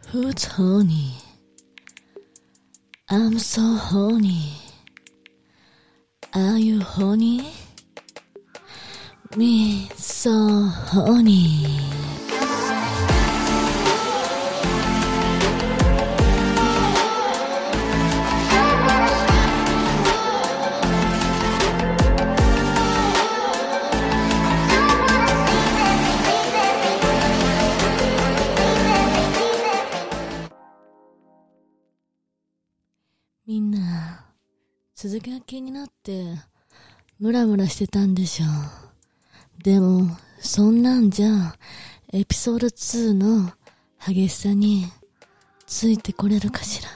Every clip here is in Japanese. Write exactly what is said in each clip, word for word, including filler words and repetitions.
Who's horny? I'm so horny. Are you horny? Me so horny. みんな続きが気になってムラムラしてたんでしょ。でもそんなんじゃエピソードツーの激しさについてこれるかしら。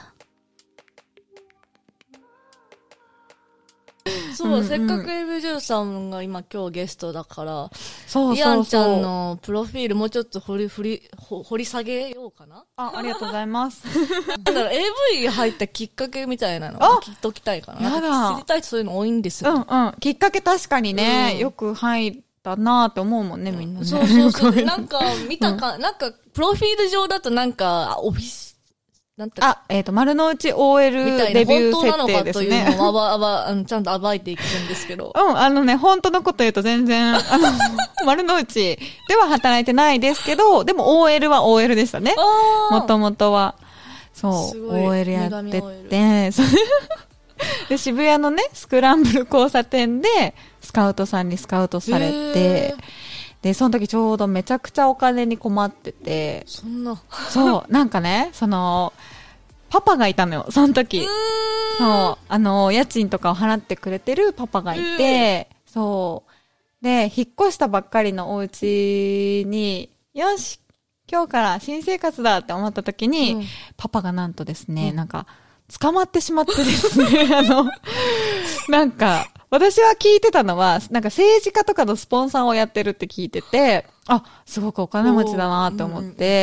そう、うんうん、せっかくエビジューさんが今今日ゲストだから、そうそうそう、イアンちゃんのプロフィールもうちょっと掘り、掘り、掘り下げようかな。 あ、ありがとうございます。 だから エーブイ 入ったきっかけみたいなのを聞いときたいかな。やだ。知りたいとそういうの多いんですよ。 うんうん。きっかけ確かにね、うん、よく入ったなーって思うもんね、みんなね。 そうそうそう。なんか見たか、うん、なんかプロフィール上だとなんかオフィス、なんてあ、えっ、ー、と、丸の内 オーエル デビュー設定ですね。 本当なのかというのをあば、あば、あの、ちゃんと暴いていくんですけど。 うん、あのね、本当のこと言うと全然、あの、丸の内では働いてないですけど、でも オーエル は オーエル でしたね。もともとは。そう、オーエル やってて、で、渋谷のね、スクランブル交差点で、スカウトさんにスカウトされて、で、その時ちょうどめちゃくちゃお金に困ってて。 そんな。 そう、なんかね、その、パパがいたのよ、その時。そう、あの、家賃とかを払ってくれてるパパがいて、そう。で、引っ越したばっかりのお家に、よし、今日から新生活だって思った時に、うん、パパがなんとですね、うん、なんか、捕まってしまってですね、あの、なんか、私は聞いてたのは、なんか政治家とかのスポンサーをやってるって聞いてて、あ、すごくお金持ちだなって思って、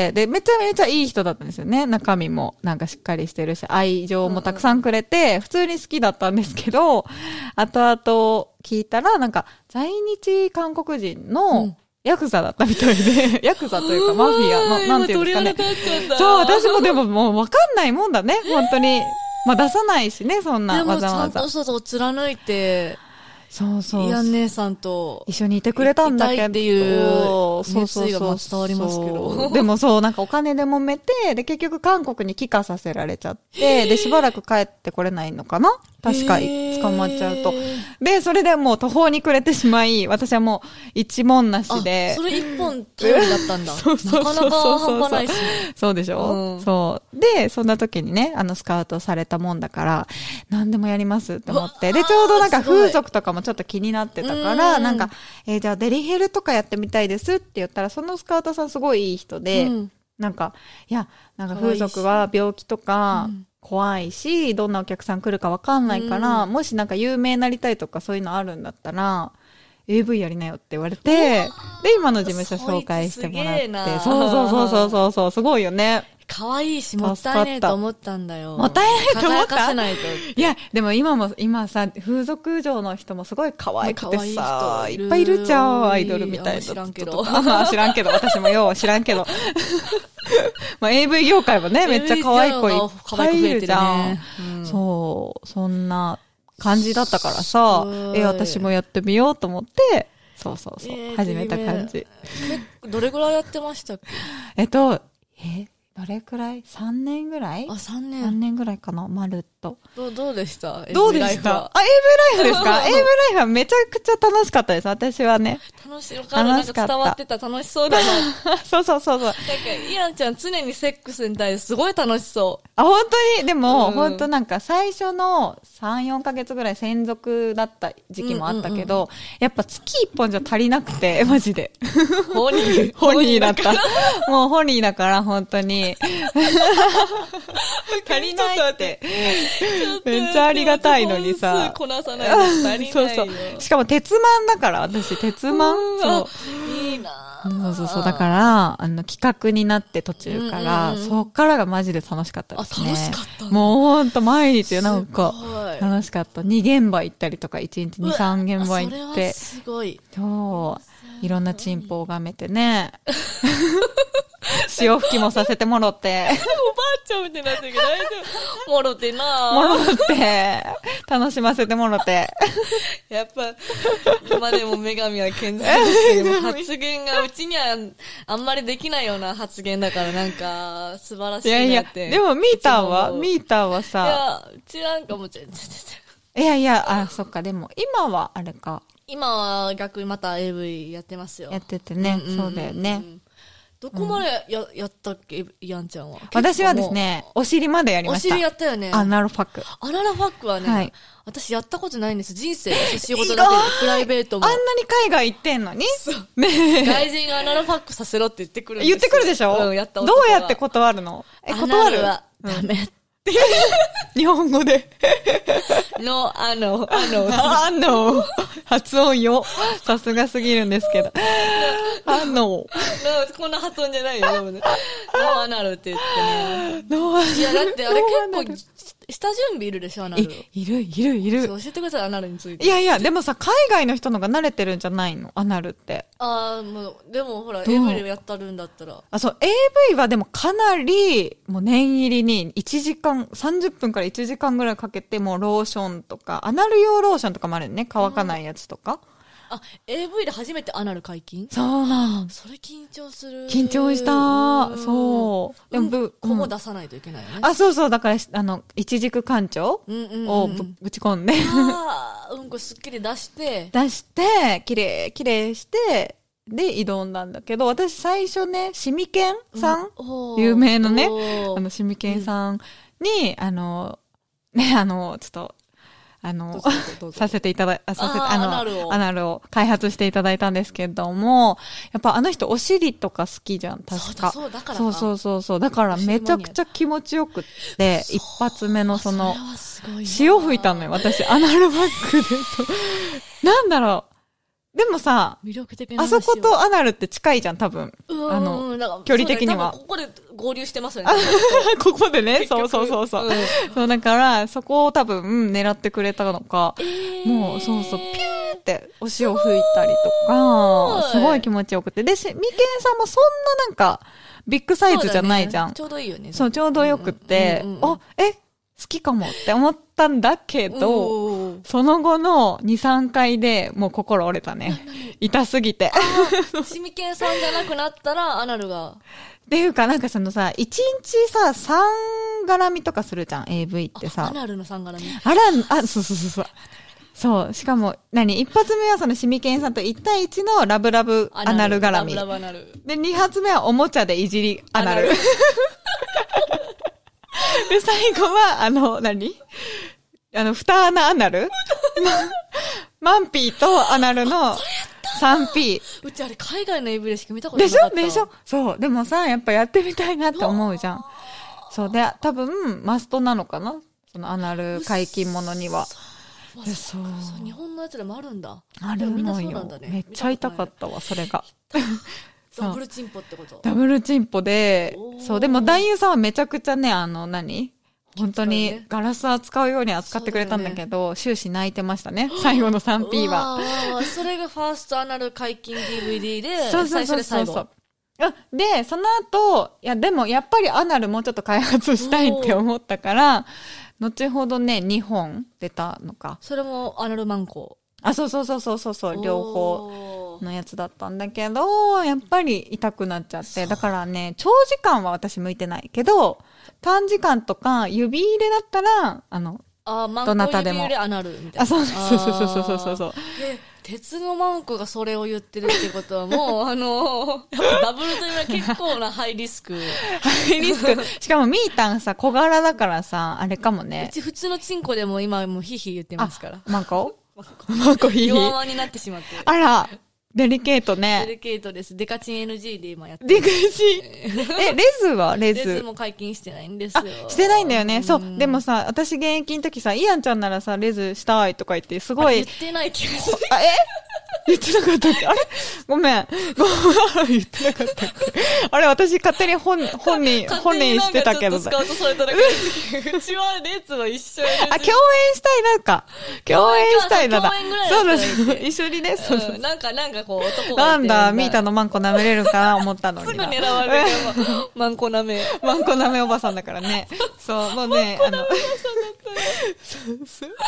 うん、で、めちゃめちゃいい人だったんですよね。中身もなんかしっかりしてるし、愛情もたくさんくれて、普通に好きだったんですけど、後々聞いたら、なんか在日韓国人のヤクザだったみたいで、ヤクザというかマフィアの、なんていうんですかね。そう、私もでももうわかんないもんだね、本当に。まあ出さないしね、そんなわざわざ。 でもちゃんとそうそう貫いて、 そうそう。 イアン姉さんと一緒にいてくれたんだけど。いたいっていう熱意が伝わりますけど。 でもそう、なんかお金で揉めて、で結局韓国に帰化させられちゃって、でしばらく帰ってこれないのかな確か捕まっちゃうと。で、それでもう途方に暮れてしまい、私はもう一問なしで。 それ一本頼りだったんだ。そうそうそうそう。なかなか半端ないし、ね。 そうでしょ、うん、そう。で、そんな時にね、あのスカウトされたもんだから、何でもやりますって思って。で、ちょうどなんか風俗とかもちょっと気になってたから、なんか、えー、じゃあデリヘルとかやってみたいですって言ったら、そのスカウトさんすごいいい人で、うん、なんか、いや、なんか風俗は病気とか、怖いし、どんなお客さん来るかわかんないから、うん、もしなんか有名になりたいとかそういうのあるんだったら、エーブイ やりなよって言われて、で、今の事務所紹介してもらって。そうそうそうそうそうそう、すごいよね。 可愛いし、もったいないと思ったんだよ。 もったいないと思った。 輝かせないと。 いや、でも今も、今さ、風俗嬢の人もすごい可愛くてさ、いっぱいいるじゃん、アイドルみたいな。 知らんけど。 あ、知らんけど、私もよう知らんけど。まあ エーブイ 業界もね、めっちゃ可愛い子いっぱいいるじゃん。うん、そう、そんな感じだったからさ、え、私もやってみようと思って、そうそうそう、えー、始めた感じ。 どれぐらいやってましたっけ？ えっと、えどれくらい ?さん 年ぐらい？ あ、さんねん。 さんねんぐらいかな、まるっと。 どう、どうでしたどうでしたあ、エーブイ ライフですかエーブイ ライフはめちゃくちゃ楽しかったです、私はね。 楽しい、わかる。なんか伝わってた、楽しそうだな。 そうそうそうそう。なんか、 イアンちゃん常にセックスに対してすごい楽しそう。 あ、本当にでも、うん、本当なんか最初のさん、よんかげつぐらい専属だった時期もあったけど、うんうんうん、やっぱ月いっぽんじゃ足りなくて、マジで。 ホニー。 ホニーだった。もうホニーだから、本当に。足りないって。めっちゃありがたいのにさ。 こなさないと足りないよ。そうそう。 しかも鉄マンだから、私、鉄マンそう。 いいなそうそうそう。だから、あの、企画になって途中から、うんうんうん、そっからがマジで楽しかったですね。 あ、楽しかった。 もうほんと毎日なんか、楽しかった。に現場行ったりとか、いちにちに、さん現場行って。 それはすごい。 そう。いろんなチンポをがめてね。 潮吹きもさせてもろて。 おばあちゃんみたいになってるけど、大丈夫。もろてなもろて、楽しませてもろて。 やっぱ、今でも女神は健在ですけど、発言がうちにはあんまりできないような発言だから、なんか、素晴らしいいやいやなっ、て。 でもミーターは、ミーターはさ、 いや、うちなんかもう全然、 いやいや、あ、そっか、でも今はあれか。 今は逆にまた エーブイ やってますよ。 やっててね、 んんんんそうだよね。 どこまでや、やったっけ、イアンちゃんは。 私はですね、お尻までやりおました。 尻やったよね。 アナルファック。 アナルファックはね、 はい、 私やったことないんです。人生です仕事だけで、プライベートも。 あんなに海外行ってんのにね外人がアナルファックさせろって言ってくるんですよ。 言ってくるでしょ、 うん、やったど男はうやって断るのえ、断るはダメ。 日本語で。 の、あの、あの、 あの、発音よ。さすがすぎるんですけど。あの、 こんな発音じゃないよ。ノーアナルって言ってね。 ノーアナル。 いや、だってあれ結構、下準備いるでしょ、アナル。 いる、いる、いる。 そう、教えてください、アナルについて。 いやいや、でもさ、海外の人のが慣れてるんじゃないのアナルって。 ああ、もう、でもほら、エーブイ でやったるんだったら。 あ、そう、エーブイ はでもかなり、もう念入りに、いちじかん、さんじゅっぷんからいちじかんぐらいかけて、もうローションとか、アナル用ローションとかもあるよね。乾かないやつとか。 あ、エーブイ で初めてアナル解禁？ そうなの。 それ緊張する。 緊張した。そう。 でも、うん、こも出さないといけないよね。 あ、そうそう。だから、あの、一軸干潮をぶぶち込んで。 ああ、うんこすっきり出して。 出して、きれい、きれいして、で、挑んだんだけど、私最初ね、シミケンさん、うん、有名のね、あの、シミケンさんに、うん、あの、ね、あの、ちょっと、あの、させていただ、あ、させて、あの、アナルを、アナルを開発していただいたんですけども、やっぱあの人お尻とか好きじゃん、確か。 そうだ、そうだからそうそうそうそう。だからめちゃくちゃ気持ちよくって、一発目のその、潮吹いたのよ、私、アナルバックで。なんだろう。でもさ、 魅力的なあそことアナルって近いじゃん、多分。あの、距離的には。 ここで合流してますよね。 ここでね、そうそうそうそう。うん、そう、だから、そこを多分、うん、狙ってくれたのか、えー、もう、そうそう、ピューってお潮吹いたりとか、すごい気持ちよくて。で、みけんさんもそんななんか、ビッグサイズじゃないじゃん。 ね、ちょうどいいよね。 そう、ちょうどよくて、うんうんうん、あ、え好きかもって思ったんだけど、その後のに、さんかいでもう心折れたね。痛すぎて。 シミケンさんじゃなくなったらアナルが。 っていうかなんかそのさ、一日さ、さん絡みとかするじゃん、エーブイ ってさ。 アナルのさん絡み。 あら、あ、そうそうそうそう。そう。しかも、何一発目はそのシミケンさんといち対いちのラブラブアナル絡み。ラブラブアナル。で、二発目はおもちゃでいじりアナル。で、最後は、あの、何あの、二穴アナルマンピーとアナルの スリーピー。 うちあれ海外の エーブイ でしか見たことなかった。 でしょでしょそう。でもさ、やっぱやってみたいなって思うじゃん。そう。で、多分、マストなのかなそのアナル解禁ものには。 そう。そう。日本のやつでもあるんだ。 あるのよ。ね、めっちゃ痛かったわ、それが。 ダブルチンポってこと？ ダブルチンポで、そう、でも男優さんはめちゃくちゃね、あの何、本当にガラス扱うように扱ってくれたんだけど、ね、終始泣いてましたね、最後の スリーピー は。 それがファーストアナル解禁 ディーブイディー で、 そうそうそうそうそう。で、その後、いや、でもやっぱりアナルもうちょっと開発したいって思ったから、後ほどね、にほん出たのか。 それもアナルマンコ。 あ、そうそうそうそうそうそう、両方のやつだったんだけど、やっぱり痛くなっちゃって、だからね、長時間は私向いてないけど、短時間とか指入れだったら、あの、 あマンコどなたでも。 指入れアナルみたいな。 あ、そうそうそうそうそうそうそう。 鉄のマンコがそれを言ってるってことはもう、あの、やっぱダブルというのは結構なハイリスク。 ハイリスク。しかもミータンさ、小柄だからさ、あれかもね。 うち普通のチンコでも今もうヒヒ言ってますから。 マンコマンコヒヒ。 弱々になってしまって。 あら、デリケートね。 デリケートです。デカチン エヌジー で今やってる。デカチン。え、レズはレズ。 レズも解禁してないんですよ。 あ、してないんだよね。うん、そう。でもさ、私現役の時さ、イアンちゃんならさ、レズしたいとか言って、すごい。 言ってない気がする。 あ、え言ってなかったっけ？あれごめん。ごめん。言ってなかったっけ？あれ私勝手に本、本人、本人してたけど。 スカウトされただけで。うちは列は一緒に。 あ、共演したいなんか。共演したいなだ。 共演ぐらいそうだです。一緒にね。そうそう。 なんか、なんかこう男が。 なんだ、ミータのマンコ舐めれるかな思ったのに。 すぐ狙われるけど、マンコ舐め。 マンコ舐めおばさんだからね。そう、もうね、あの、そうそう。そっか。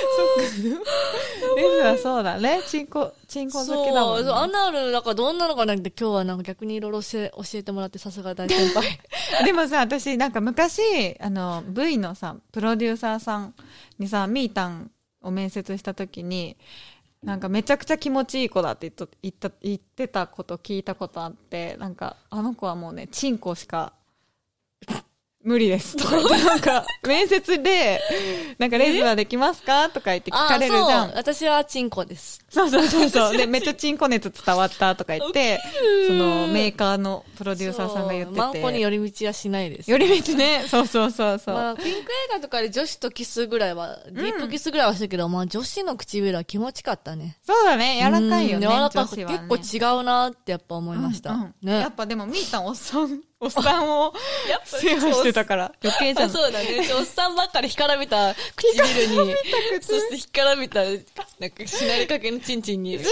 レズはそうだね。チンコ、チンコ好きだもんね。 そう、アナル、なんかどんなのかなって今日はなんか逆にいろいろ教えてもらってさすが大先輩。 でもさ、私なんか昔、あの、V のさ、プロデューサーさんにさ、ミータンを面接した時に、なんかめちゃくちゃ気持ちいい子だって言っと言った、言ってたこと聞いたことあって、なんかあの子はもうね、チンコしか無理ですとか言って、なんか面接で、なんかレズはできますかとか言って聞かれるじゃん。 私はチンコです。 そうそうそうそう。で、めっちゃチンコ熱伝わったとか言って、そのメーカーのプロデューサーさんが言ってて。 マンコに寄り道はしないです、 ね。寄り道ね。そうそうそうそう。 まあ、ピンク映画とかで女子とキスぐらいは、ディープキスぐらいはしたけど、うん、まあ女子の唇は気持ちかったね。 そうだね。柔らかいよね。 柔らかく、 ね、 結構違うなってやっぱ思いました。うんうん、 ね。やっぱでもミータンおっさん、おっさんを世話してたから余計じゃん。 そうだね。おっさんばっかり干からびた唇に、そして干からびた、なんかしなりかけのチンチンに。い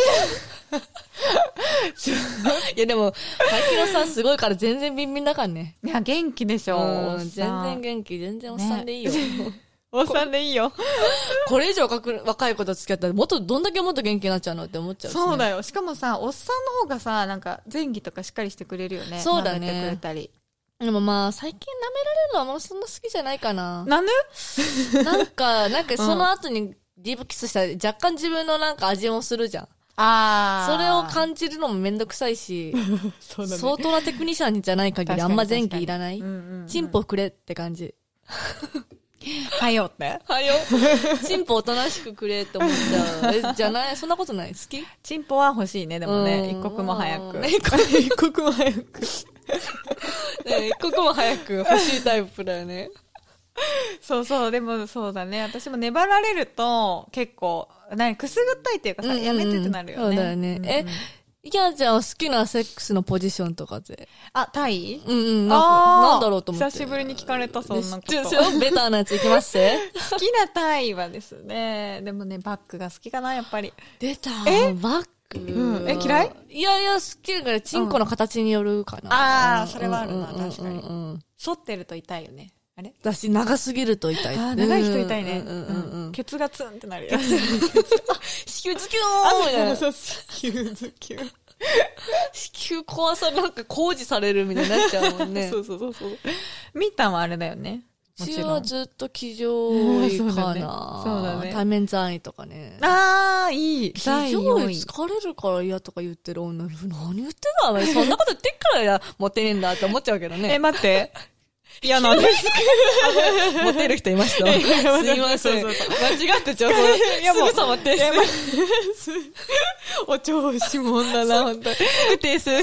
やでも、最近のさんすごいから全然ビンビンだからね。 いや、元気でしょ。 うん、全然元気。全然おっさんでいいよ。ね、 おっさんでいいよ。 これ以上若い子と付き合ったら、もっと、どんだけもっと元気になっちゃうのって思っちゃうし、ね。 そうだよ。しかもさ、おっさんの方がさ、なんか前戯とかしっかりしてくれるよね。 そうだね。 舐めてくれたり。 でもまあ、最近舐められるのはもうそんな好きじゃないかな。 なんでなんか、なんかその後にディープキスしたら若干自分のなんか味もするじゃん。 ああ。 それを感じるのもめんどくさいし、 そうだね、 相当なテクニシャンじゃない限りあんま前期いらない。 うんうんうん、 チンポくれって感じ。 はよってはよ。チンポおとなしくくれって思っちゃう。え、じゃない？そんなことない？好き？ チンポは欲しいね、でもね。一刻も早く。 一刻も早く。ね、一刻も早く欲しいタイプだよね。 そうそう、でもそうだね。私も粘られると結構、何、くすぐったいっていうかさ、うんうん、やめてってなるよね。 そうだよね。うんうん、え、いやじゃあ好きなセックスのポジションとかで。 あ、タイ？ うんうん。なんだろうと思って。 久しぶりに聞かれた、そんなこと。 ベターなやついきます好きなタイはですね、でもね、バックが好きかな、やっぱり。 出たえバックうん、え、嫌い？ いやいや、好きだから、チンコの形によるかな。 うん、ああ、それはあるな、確かに。反ってると痛いよね。あれ私、長すぎると痛い。 あ、長い人痛いね。ケツがツンってなるよ。 子宮ズキューンみたいな。 そう、子宮ズキューン。 子宮怖さなんか工事されるみたいになっちゃうもんね。 そうそうそうそう。ミータンはあれだよね。 うちはずっと騎乗位かな。 そうだね。 対面在位とかね。 ああ、いい。 騎乗位疲れるから嫌とか言ってる女の子、何言ってんだそんなこと言ってっからや、モテねえんだって思っちゃうけどね。 え、待って。いや、なんですかモテる人いました。すいません。間違ってちゃう。いや、もう。すぐさま訂正。 お調子者だな、ほんとに。 訂正。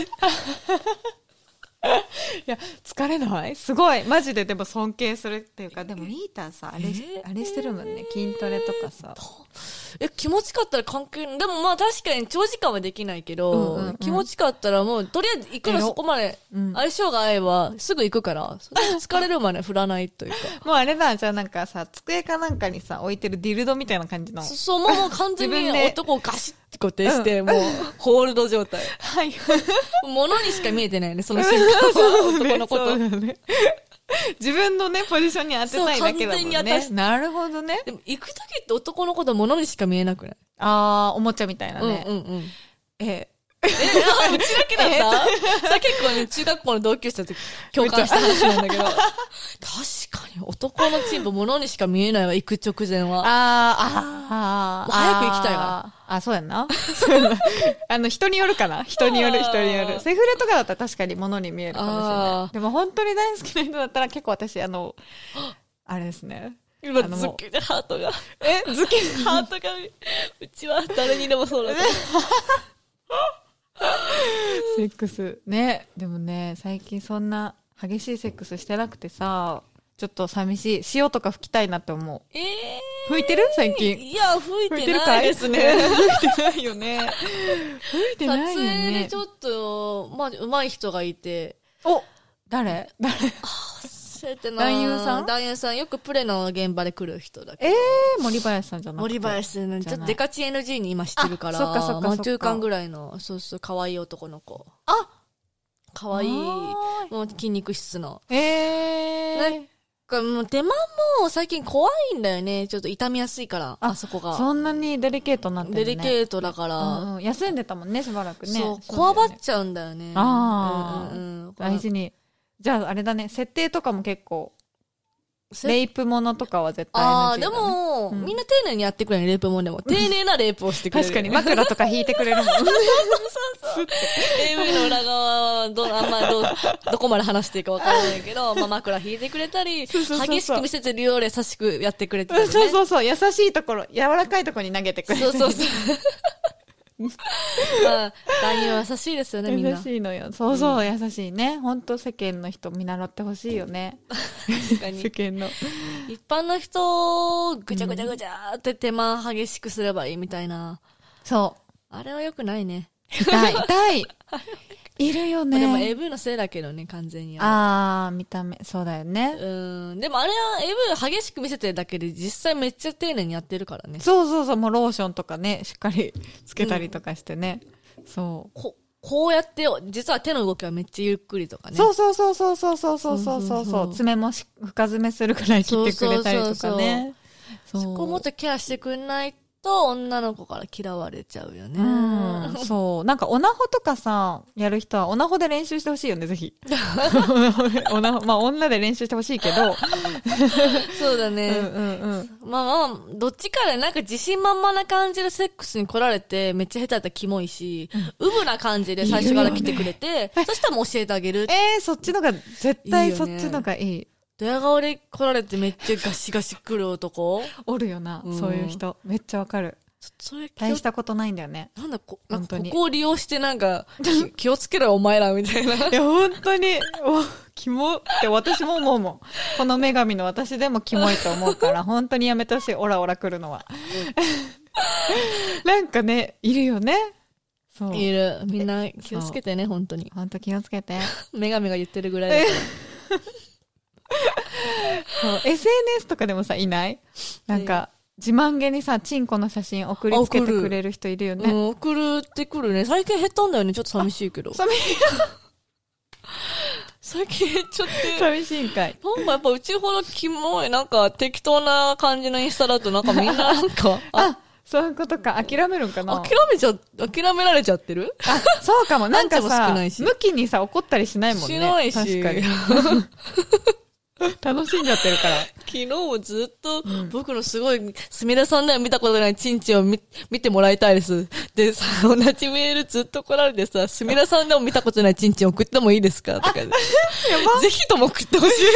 いや、疲れないすごい。マジででも尊敬するっていうか、でもミーターさ、あれ、あれしてるもんね。筋トレとかさ。 え、気持ちかったら関係ない。でもまあ確かに長時間はできないけど、うんうんうん、気持ちかったらもう、とりあえず行くのそこまで、相性が合えば、すぐ行くから、疲れるまで振らないというか。 もうあれだ、じゃあなんかさ、机かなんかにさ、置いてるディルドみたいな感じの。 そう、もうもう完全に男をガシッて固定して、もう、ホールド状態。 はい。 物にしか見えてないね、その瞬間は。男のこと。 そうだね。自分のね、ポジションに当てたいだけだもんね。完全に当てなるほどね。 でも、行くときって男のことは物にしか見えなくない？ あー、おもちゃみたいなね。 うんうんうん。 え、 え、あ、うちだけだったさ、結構ね、中学校の同級生の時共感した話なんだけど。確かに男のチンポ物にしか見えないわ、行く直前は。 あー、あー、 早く行きたいわ。 あ、そうやんな。あの、人によるかな人による、人による。セフレとかだったら確かに物に見えるかもしれない。でも本当に大好きな人だったら結構私、あの、あれですね。 今、ズキでハートが。 えズキハートが、うちは誰にでもそうだった。 セックス。ね。でもね、最近そんな激しいセックスしてなくてさ、ちょっと寂しい。塩とか吹きたいなって思う。 えー吹いてる最近。 いや、吹いてないですね。 吹いてないよね。吹いてないよね。 撮影でちょっと、まあ、上手い人がいて。 お誰誰忘れてな。 男優さん男優さん、よくプレの現場で来る人だけど。 えー、森林さんじゃなくて。 森林さん、ちょっとデカチ エヌジー に今してるから。 そっかそっかそっか。 まあ、中間ぐらいの、そうそう、可愛い男の子。 あ可愛いもう筋肉質の。 えー。 なんかもう手間も最近怖いんだよね。ちょっと痛みやすいから、あ, あそこが。 そんなにデリケートになってるね。 デリケートだから。 うんうん、休んでたもんね、しばらくね。 そう、こわばっちゃうんだよね。 ああ、 うんうんうん、 大事に。じゃああれだね、設定とかも結構、レイプものとかは絶対 エヌジー だ、ね。 ああ、でも、うん、みんな丁寧にやってくれるレイプもんでも。丁寧なレイプをしてくれる。 確かに枕とか引いてくれるもん。そうそうそうそう。エーブイ の裏側はど、あんまど、どこまで話していいかわからないけど、まあ枕引いてくれたり、そうそうそうそう激しく見せてるようで優しくやってくれてたり、ね。 そうそうそう、優しいところ、柔らかいところに投げてくれる。 そうそうそう。まあ、男優は優しいですよね、みんな。 優しいのよ。そうそう、うん、優しいね。ほんと世間の人見習ってほしいよね。 確かに。 世間の。 一般の人をぐちゃぐちゃぐちゃって手間激しくすればいいみたいな。 そう。 あれは良くないね。 痛い、痛い。いるよね。 でも エーブイ のせいだけどね、完全に。 あー、見た目、そうだよね。 うん。でもあれは エーブイ 激しく見せてるだけで実際めっちゃ丁寧にやってるからね。 そうそうそう、もうローションとかね、しっかりつけたりとかしてね。うん、そう。 こ、こうやって、実は手の動きはめっちゃゆっくりとかね。 そうそうそうそうそうそうそうそうそうそう。爪もし深爪するくらい切ってくれたりとかね。 そう。そこもっとケアしてくんないと女の子から嫌われちゃうよね。 うん、そう。なんかオナホとかさ、やる人はオナホで練習してほしいよね、ぜひ。オナホ、まあ女で練習してほしいけど。 そうだね。 うんうんうん。 まあまあ、どっちかでなんか自信満々な感じでセックスに来られて、めっちゃ下手だったらキモいし、うん、ウブな感じで最初から来てくれて、ね、そしたらもう教えてあげる。 えー、そっちのが、絶対そっちのがいい。いいドヤ顔で来られてめっちゃガシガシ来る男おるよな、うん、そういう人。めっちゃわかる。それ大したことないんだよね。 なんだこ、なんかここを利用してなんか、気をつけろよお前らみたいな。 いや、本当に、お、キモって私も思うもん。この女神の私でもキモいと思うから、本当にやめてほしい。オラオラ来るのは。なんかね、いるよね。 そう。いる。みんな気をつけてね、本当に。 本当気をつけて。 女神が言ってるぐらいだから。 そう。エスエヌエス とかでもさ、いないなんか、自慢げにさ、チンコの写真送りつけてくれる人いるよね。 うん、送るってくるね。最近減ったんだよね。ちょっと寂しいけど。 寂しい。 最近減っちゃって。 寂しいんかい。 なんかやっぱうちほどキモい、なんか適当な感じのインスタだとなんかみんななんか。 あ、そういうことか。諦めるんかな。 諦めちゃ、諦められちゃってる？ あ、そうかも。なんかさ、 向きにさ、怒ったりしないもんね。 しないし。 確かに。楽しんじゃってるから。 昨日もずっと、僕のすごい、すみれさんでは見たことないチンチンを見、見てもらいたいです。で、さ、同じメールずっと来られてさ、すみれさんでも見たことないチンチン送ってもいいですかとか。ぜひとも送ってほしい。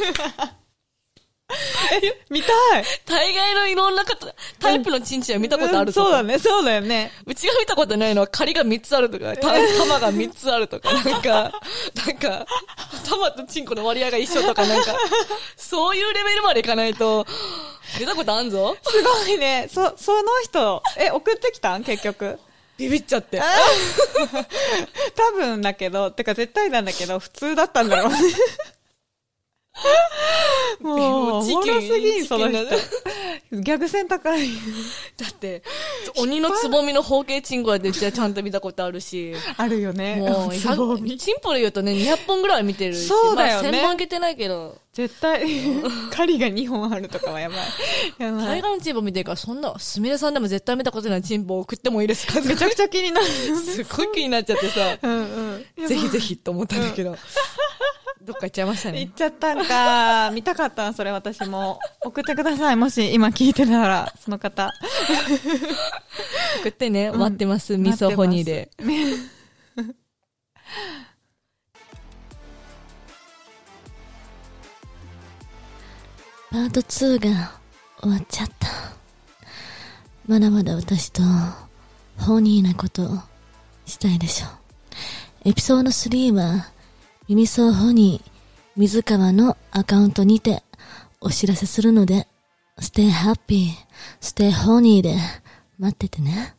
え、見たい。 大概のいろんな方、タイプのチンチンは見たことあるとか、 うんうん、そうだね、そうだよね。 うちが見たことないのは、仮がみっつあるとか、玉がみっつあるとか、なんか、なんか、玉とチンコの割合が一緒とか、なんか、そういうレベルまでいかないと、出たことあんぞ。 すごいね。そ、その人、え、送ってきたん結局。 ビビっちゃって。 多分だけど、てか絶対なんだけど、普通だったんだろうね。もう、おもろすぎん、その人。ギャグ線高い。 だって、鬼のつぼみの包茎チンコやで、うちはちゃんと見たことあるし。 あるよね。 もう、チンポで言うとね、にひゃっぽんぐらい見てるし。 そうだよね。 まあ、せんまんいけてないけど。 絶対、狩りがにほんあるとかはやばい。 やばい。大概のチンポ見てるから、そんな、すみれさんでも絶対見たことないチンポを送ってもいいですかめちゃくちゃ気になる。 すっごい気になっちゃってさ。 うんうん。 ぜひぜひと思ったんだけど。どっか行っちゃいましたね。 行っちゃったんか。見たかったそれ私も。送ってください。もし今聞いてたら、その方。 送ってね、待ってます。うん、味噌ホニーで。 パートツーが終わっちゃった。まだまだ私とホニーなことしたいでしょ。エピソードスリーは、ミミソーホニー、水川のアカウントにてお知らせするので、 stay happy, stay honey で待っててね。